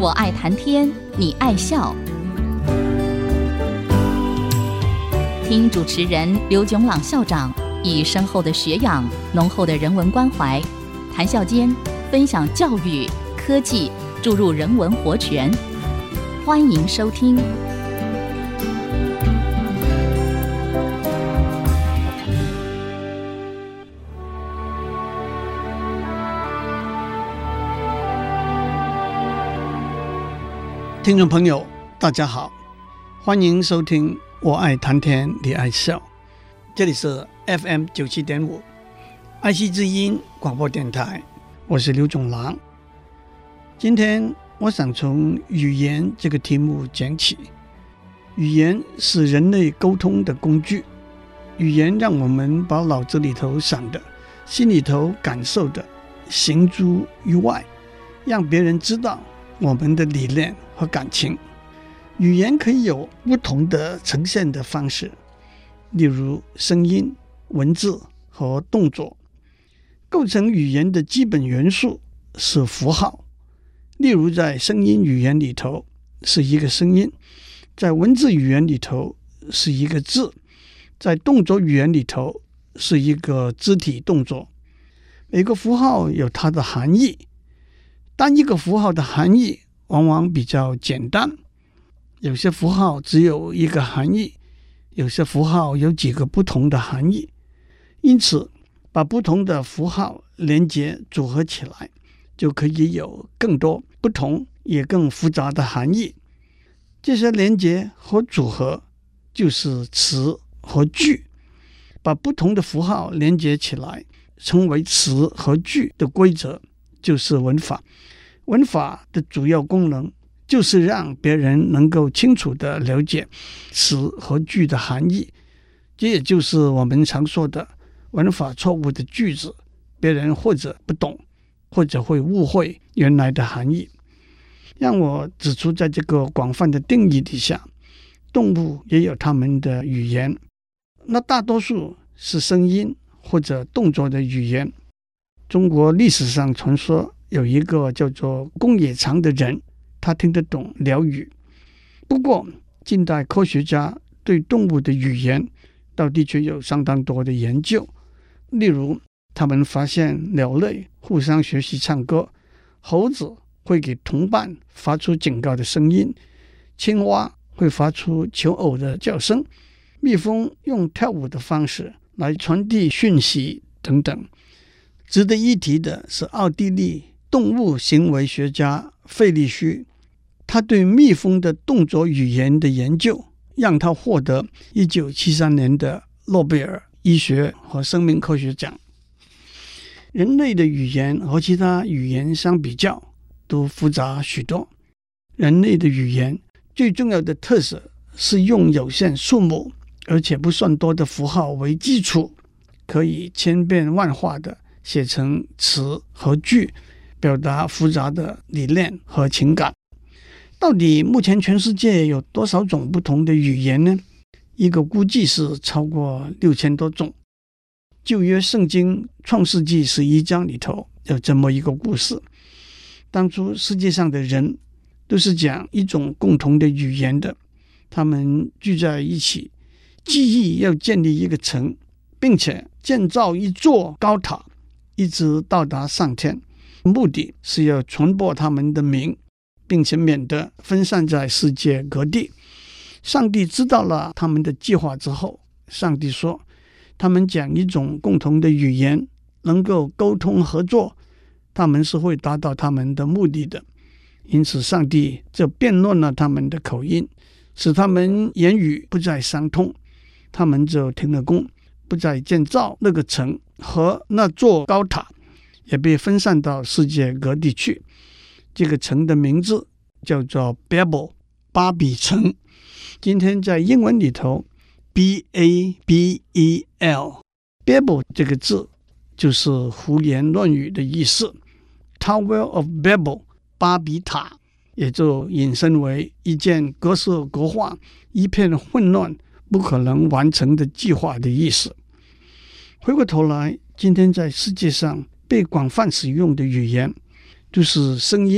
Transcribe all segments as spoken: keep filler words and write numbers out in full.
我爱谈天，你爱笑。听主持人刘炯朗校长以深厚的学养、浓厚的人文关怀，谈笑间分享教育、科技，注入人文活泉。欢迎收听。 听众朋友大家好，欢迎收听我爱谈天你爱笑，这里是 F M 九七点五爱惜之音广播电台，我是刘炯朗。今天我想从语言这个题目讲起。语言是人类沟通的工具，语言让我们把脑子里头想的、心里头感受的行诸于外，让别人知道我们的理念和感情。语言可以有不同的呈现的方式，例如声音、文字和动作。构成语言的基本元素是符号，例如在声音语言里头是一个声音，在文字语言里头是一个字，在动作语言里头是一个肢体动作。每个符号有它的含义，单一个符号的含义往往比较简单，有些符号只有一个含义，有些符号有几个不同的含义。因此把不同的符号连接组合起来，就可以有更多不同也更复杂的含义。这些连接和组合就是词和句。把不同的符号连接起来成为词和句的规则就是文法。文法的主要功能就是让别人能够清楚地了解词和句的含义，这也就是我们常说的文法错误的句子，别人或者不懂，或者会误会原来的含义。让我指出，在这个广泛的定义底下，动物也有它们的语言，那大多数是声音或者动作的语言。中国历史上传说有一个叫做公冶长的人，他听得懂鸟语。不过近代科学家对动物的语言倒的确有相当多的研究，例如他们发现鸟类互相学习唱歌，猴子会给同伴发出警告的声音，青蛙会发出求偶的叫声，蜜蜂用跳舞的方式来传递讯息等等。值得一提的是奥地利动物行为学家费利须，他对蜜蜂的动作语言的研究让他获得一九七三年的诺贝尔医学和生命科学奖。人类的语言和其他语言相比较都复杂许多。人类的语言最重要的特色是用有限数目而且不算多的符号为基础，可以千变万化的写成词和句，表达复杂的理念和情感。到底目前全世界有多少种不同的语言呢？一个估计是超过六千多种。旧约圣经创世纪十一章里头有这么一个故事，当初世界上的人都是讲一种共同的语言的，他们聚在一起，记忆要建立一个城，并且建造一座高塔，一直到达上天，目的是要传播他们的名，并且免得分散在世界各地。上帝知道了他们的计划之后，上帝说他们讲一种共同的语言，能够沟通合作，他们是会达到他们的目的的。因此上帝就变乱了他们的口音，使他们言语不再相通，他们就停了工，不再建造那个城和那座高塔，也被分散到世界各地去。这个城的名字叫做 Babel， 巴比城。今天在英文里头 B A B E L Babel 这个字就是胡言乱语的意思。 Tower of Babel 巴比塔也就引申为一件各色各化、一片混乱、不可能完成的计划的意思。回过头来，今天在世界上被广泛使用的语言，就是声音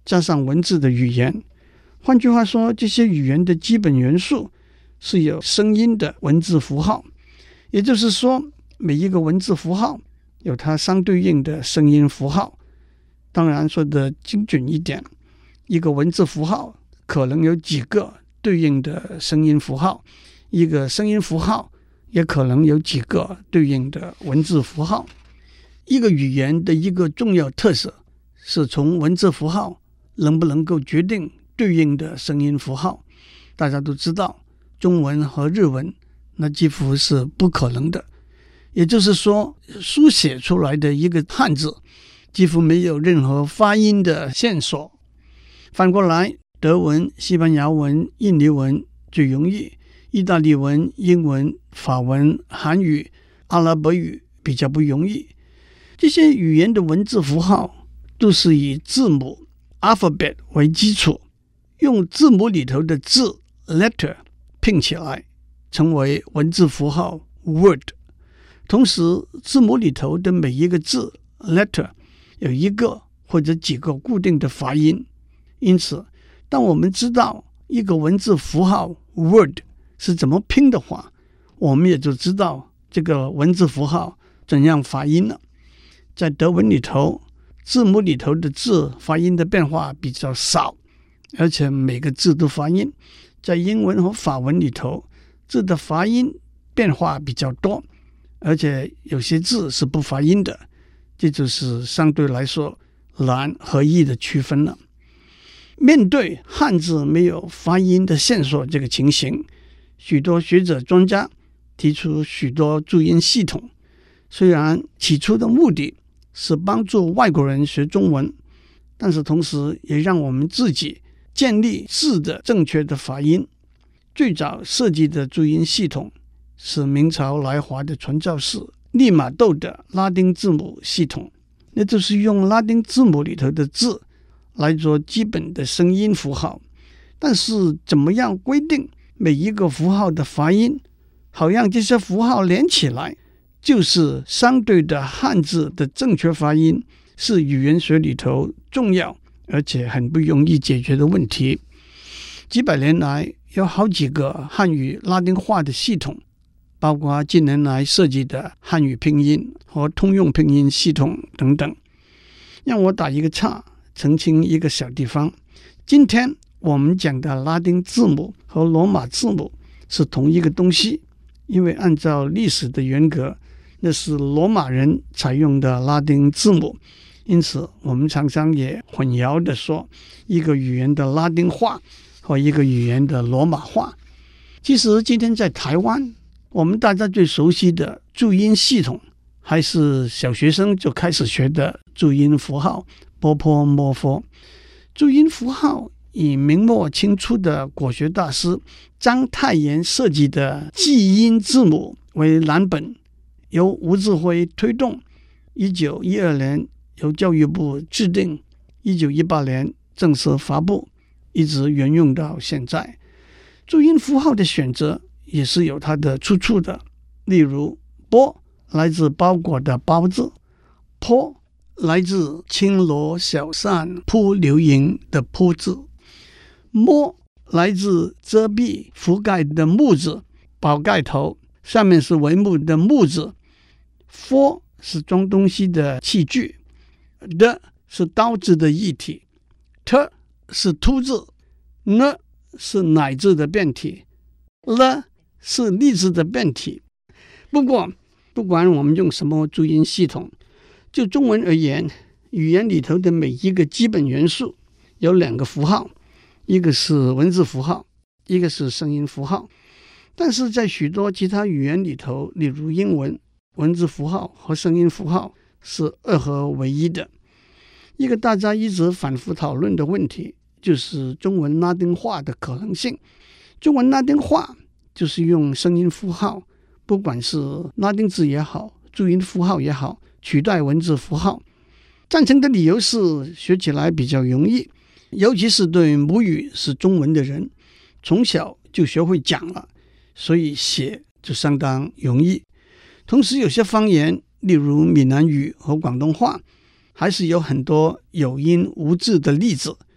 加上文字的语言。换句话说，这些语言的基本元素是有声音的文字符号，也就是说，每一个文字符号有它相对应的声音符号。当然说的精准一点，一个文字符号可能有几个对应的声音符号，一个声音符号也可能有几个对应的文字符号。一个语言的一个重要特色是从文字符号能不能够决定对应的声音符号。大家都知道，中文和日文那几乎是不可能的，也就是说，书写出来的一个汉字几乎没有任何发音的线索。反过来，德文、西班牙文、印尼文最容易，意大利文、英文、法文、韩语、阿拉伯语比较不容易。这些语言的文字符号都是以字母 alphabet 为基础，用字母里头的字 letter 拼起来成为文字符号 word。 同时，字母里头的每一个字 letter 有一个或者几个固定的发音，因此当我们知道一个文字符号 word 是怎么拼的话，我们也就知道这个文字符号怎样发音了。在德文里头，字母里头的字发音的变化比较少，而且每个字都发音。在英文和法文里头，字的发音变化比较多，而且有些字是不发音的，这就是相对来说难和易的区分了。面对汉字没有发音的线索这个情形，许多学者专家提出许多注音系统，虽然起初的目的是帮助外国人学中文，但是同时也让我们自己建立字的正确的发音。最早设计的注音系统是明朝来华的传教士利玛窦的拉丁字母系统，那就是用拉丁字母里头的字来做基本的声音符号。但是怎么样规定每一个符号的发音，好让这些符号连起来就是相对的汉字的正确发音，是语言学里头重要而且很不容易解决的问题。几百年来有好几个汉语拉丁化的系统，包括近年来设计的汉语拼音和通用拼音系统等等。让我打一个岔，澄清一个小地方。今天我们讲的拉丁字母和罗马字母是同一个东西，因为按照历史的严格，那是罗马人采用的拉丁字母，因此我们常常也混淆地说一个语言的拉丁化和一个语言的罗马化。其实今天在台湾，我们大家最熟悉的注音系统还是小学生就开始学的注音符号波波摩佛。注音符号以明末清初的国学大师章太炎设计的记音字母为蓝本，由吴志辉推动，一九一二年由教育部制定，一九一八年正式发布，一直沿用到现在。注音符号的选择也是有它的出处的，例如波来自包裹的包字，坡来自轻罗小扇扑流萤的扑字，摸来自遮蔽覆盖的木字，宝盖头上面是帷幕的木字，佛是装东西的器具，的是刀子的液体，特是凸字，呢是乃字的变体，了是立字的变体。不过不管我们用什么注音系统，就中文而言，语言里头的每一个基本元素有两个符号，一个是文字符号，一个是声音符号。但是在许多其他语言里头，例如英文，文字符号和声音符号是二合为一的。一个大家一直反复讨论的问题就是中文拉丁化的可能性。中文拉丁化就是用声音符号，不管是拉丁字也好，注音符号也好，取代文字符号。赞成的理由是学起来比较容易，尤其是对母语是中文的人，从小就学会讲了，所以写就相当容易。同时有些方言，例如闽南语和广东话，还是有很多有音无字的例子，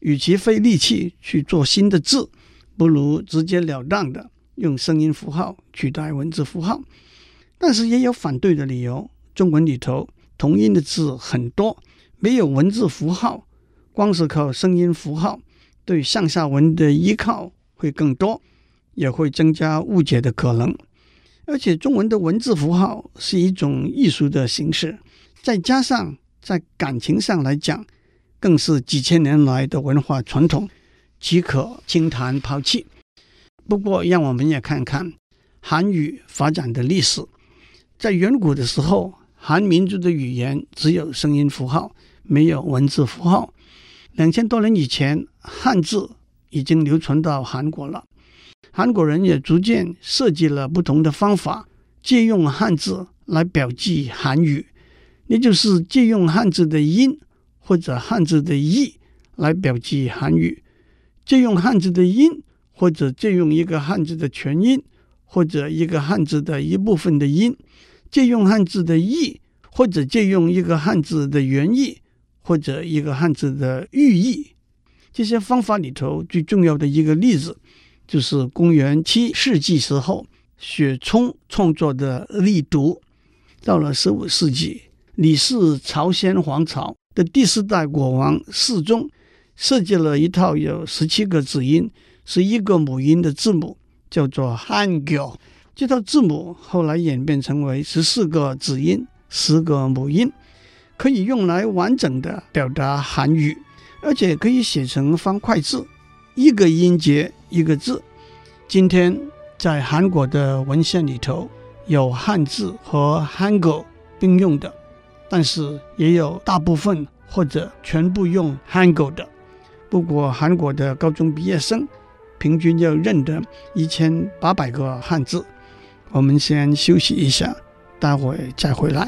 与其费力气去做新的字，不如直截了当的用声音符号取代文字符号。但是也有反对的理由，中文里头同音的字很多，没有文字符号，光是靠声音符号，对上下文的依靠会更多，也会增加误解的可能。而且中文的文字符号是一种艺术的形式，再加上在感情上来讲，更是几千年来的文化传统，岂可轻谈抛弃。不过让我们也看看韩语发展的历史。在远古的时候，韩民族的语言只有声音符号，没有文字符号。两千多年以前，汉字已经流传到韩国了。韩国人也逐渐设计了不同的方法，借用汉字来表记韩语，也就是借用汉字的音或者汉字的义来表记韩语，借用汉字的音或者借用一个汉字的全音或者一个汉字的一部分的音，借用汉字的义或者借用一个汉字的原意或者一个汉字的寓意。这些方法里头最重要的一个例子，就是公元七世纪时候雪冲创作的力读。到了十五世纪，李氏朝鲜皇朝的第四代国王世宗设计了一套有十七个子音、十一个母音的字母，叫做한글。这套字母后来演变成为十四个子音、十个母音，可以用来完整的表达韩语，而且可以写成方块字，一个音节一个字。今天在韩国的文献里头，有汉字和한글并用的，但是也有大部分或者全部用한글的。不过韩国的高中毕业生平均要认得一千八百个汉字。我们先休息一下，待会再回来。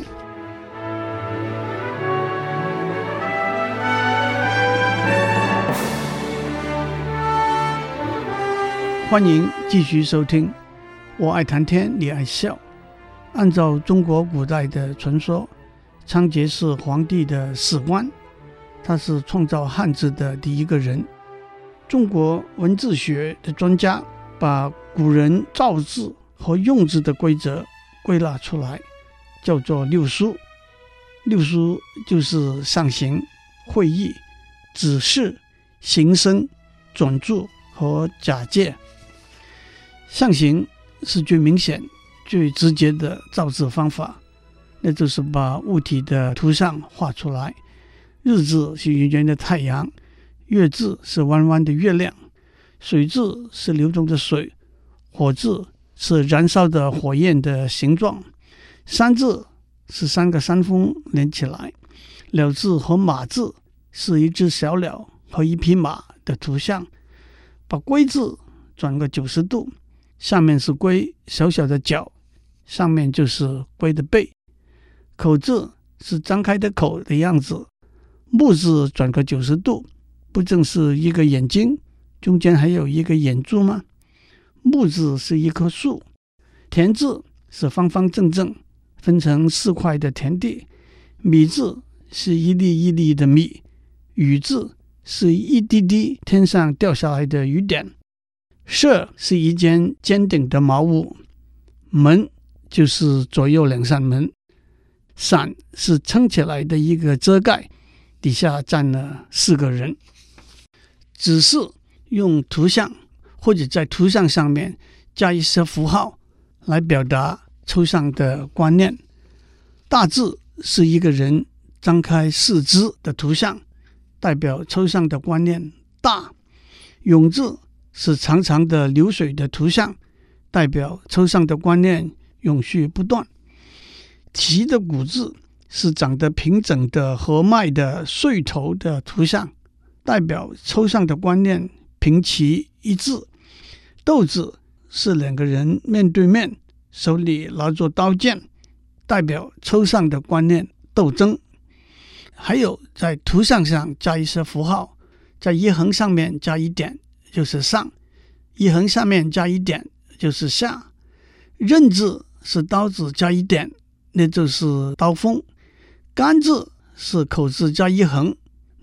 欢迎继续收听我爱谈天你爱笑。按照中国古代的传说，仓颉是皇帝的史官，他是创造汉字的第一个人。中国文字学的专家把古人造字和用字的规则归纳出来，叫做六书。六书就是象形、会意、指示、形声、转注和假借。象形是最明显、最直接的造字方法，那就是把物体的图像画出来。日字是圆圆的太阳，月字是弯弯的月亮，水字是流动的水，火字是燃烧的火焰的形状，山字是三个山峰连起来，鸟字和马字是一只小鸟和一匹马的图像。把龟字转个九十度，下面是龟小小的脚，上面就是龟的背。口字是张开的口的样子，目字转个九十度，不正是一个眼睛，中间还有一个眼珠吗？木字是一棵树，田字是方方正正分成四块的田地，米字是一粒一粒的米，雨字是一滴滴天上掉下来的雨点，舍是一间尖顶的茅屋，门就是左右两扇门，伞是撑起来的一个遮盖，底下站了四个人。指示用图像或者在图像上面加一些符号来表达抽象的观念。大字是一个人张开四肢的图像，代表抽象的观念大。永字是长长的流水的图像，代表抽象的观念永续不断。齐的古字是长得平整的合脉的穗头的图像，代表抽象的观念平齐一致。斗字是两个人面对面，手里拿着刀剑，代表抽象的观念斗争。还有在图像上加一些符号，在一横上面加一点就是上，一横下面加一点就是下。刃字是刀子加一点，那就是刀锋。干字是口字加一横，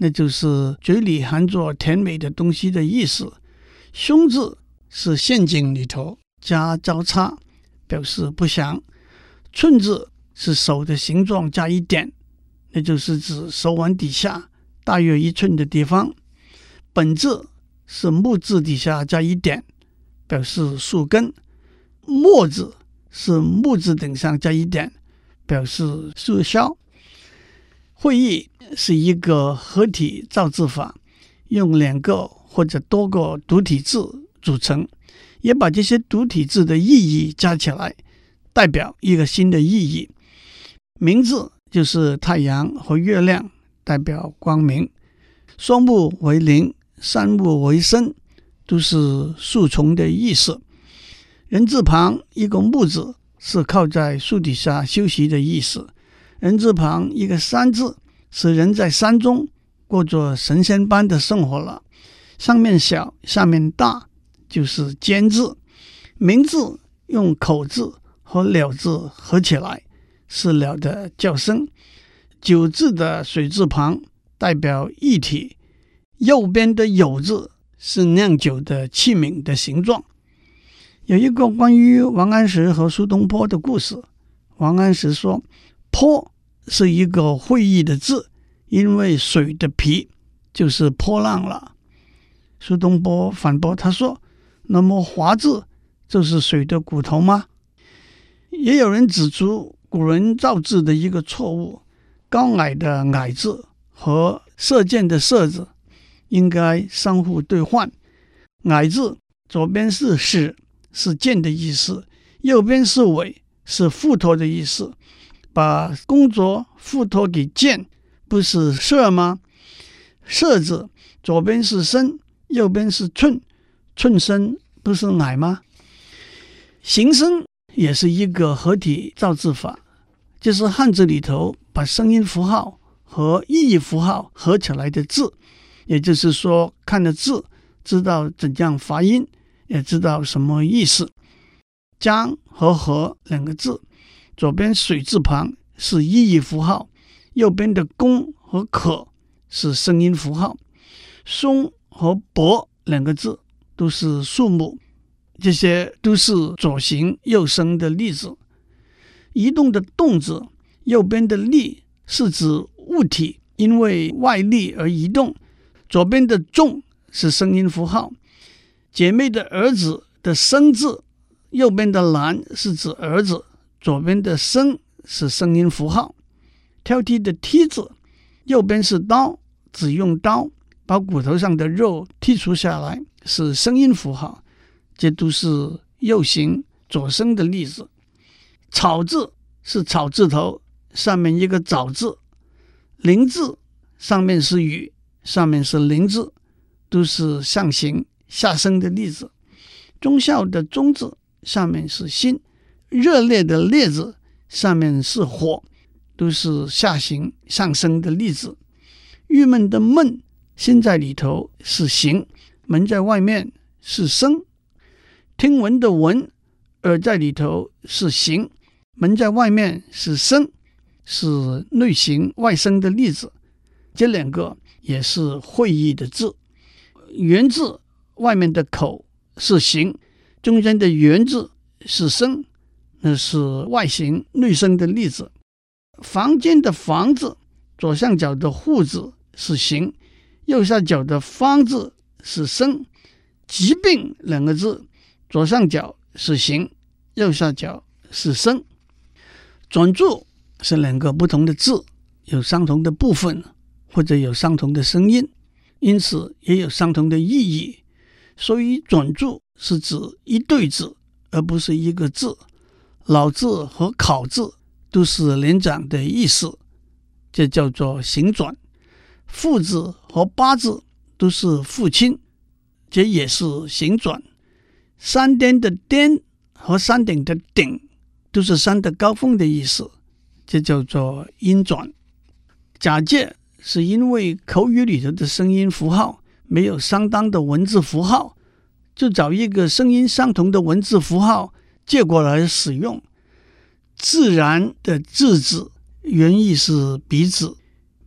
那就是嘴里含着甜美的东西的意思。凶字是陷阱里头加交叉，表示不祥。寸字是手的形状加一点，那就是指手腕底下大约一寸的地方。本字是木字底下加一点，表示树根。末字是木字顶上加一点，表示树梢。会意是一个合体造字法，用两个或者多个独体字组成，也把这些独体字的意义加起来，代表一个新的意义。明字就是太阳和月亮，代表光明。双木为林，三木为森，都是树丛的意思。人字旁一个木字是靠在树底下休息的意思。人字旁一个山字是人在山中过着神仙般的生活了。上面小下面大就是尖字。明字用口字和了字合起来，是了的叫声。九字的水字旁代表液体，右边的酉字是酿酒的器皿的形状。有一个关于王安石和苏东坡的故事。王安石说，坡是一个会意的字，因为水的皮就是波浪了。苏东坡反驳他说，那么华字就是水的骨头吗？也有人指出古人造字的一个错误，高矮的矮字和射箭的射字应该相互兑换。矮字左边是矢，是箭的意思，右边是尾，是附托的意思。把工作附托给箭，不是射吗？射字左边是身，右边是寸，寸身不是矮吗？形声也是一个合体造字法，就是汉字里头把声音符号和意义符号合起来的字。也就是说，看了字知道怎样发音，也知道什么意思。江和河两个字，左边水字旁是意义符号，右边的公和可是声音符号。松和柏两个字都是树木，这些都是左形右声的例子。移动的动字，右边的力是指物体因为外力而移动，左边的重是声音符号。姐妹的儿子的生字，右边的男是指儿子，左边的生是声音符号。挑剔的剔字，右边是刀，只用刀把骨头上的肉剔除下来，是声音符号。这都是右形左声的例子。草字是草字头，上面一个早字。林字上面是雨，上面是林字，都是上行下声的例子。忠孝的忠字上面是心，热烈的烈字上面是火，都是下行上升的例子。郁闷的闷心在里头是行，门在外面是声。听闻的闻耳在里头是行，门在外面是声，是内行外声的例子。这两个也是会意的字。圆字外面的口是行，中间的圆字是声，那是外形内声的例子。房间的房字左上角的户字是行，右下角的方字是声。疾病两个字左上角是行，右下角是声。转注是两个不同的字，有相同的部分或者有相同的声音，因此也有相同的意义。所以转注是指一对字，而不是一个字。老字和考字都是连长的意思，这叫做行转。父字和八字都是父亲，这也是行转。山巅的巅和山顶的顶都是山的高峰的意思，这叫做音转。假借是因为口语里头的声音符号没有相当的文字符号，就找一个声音相同的文字符号借过来使用。自然的自字原意是鼻子，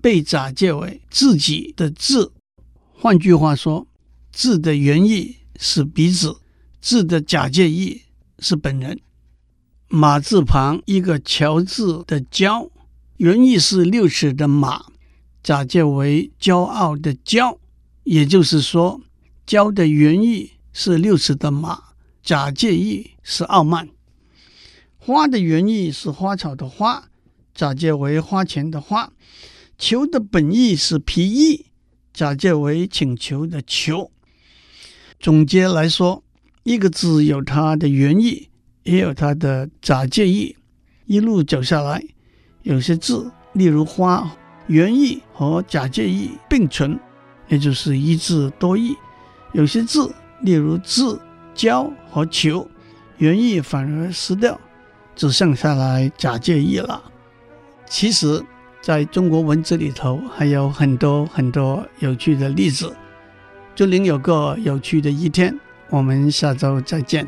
被假借为自己的字。换句话说，字的原意是彼此，字的假借意是本人。马字旁一个乔字的骄，原意是六尺的马，假借为骄傲的骄，也就是说，骄的原意是六尺的马，假借意是傲慢。花的原意是花草的花，假借为花钱的花。求的本意是皮意，假借为请求的求。总结来说，一个字有它的原意，也有它的假借意。一路走下来，有些字，例如花，原意和假借意并存，也就是一字多义。有些字，例如字、交和求，原意反而失掉，只剩下来假借意了。其实在中国文字里头还有很多很多有趣的例子。祝您有个有趣的一天，我们下周再见。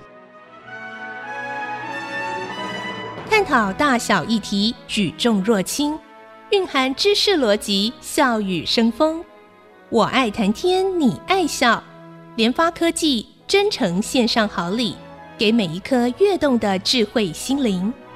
探讨大小议题，举重若轻，蕴含知识逻辑，笑语生风。我爱谈天，你爱笑。联发科技真诚献上好礼，给每一颗跃动的智慧心灵。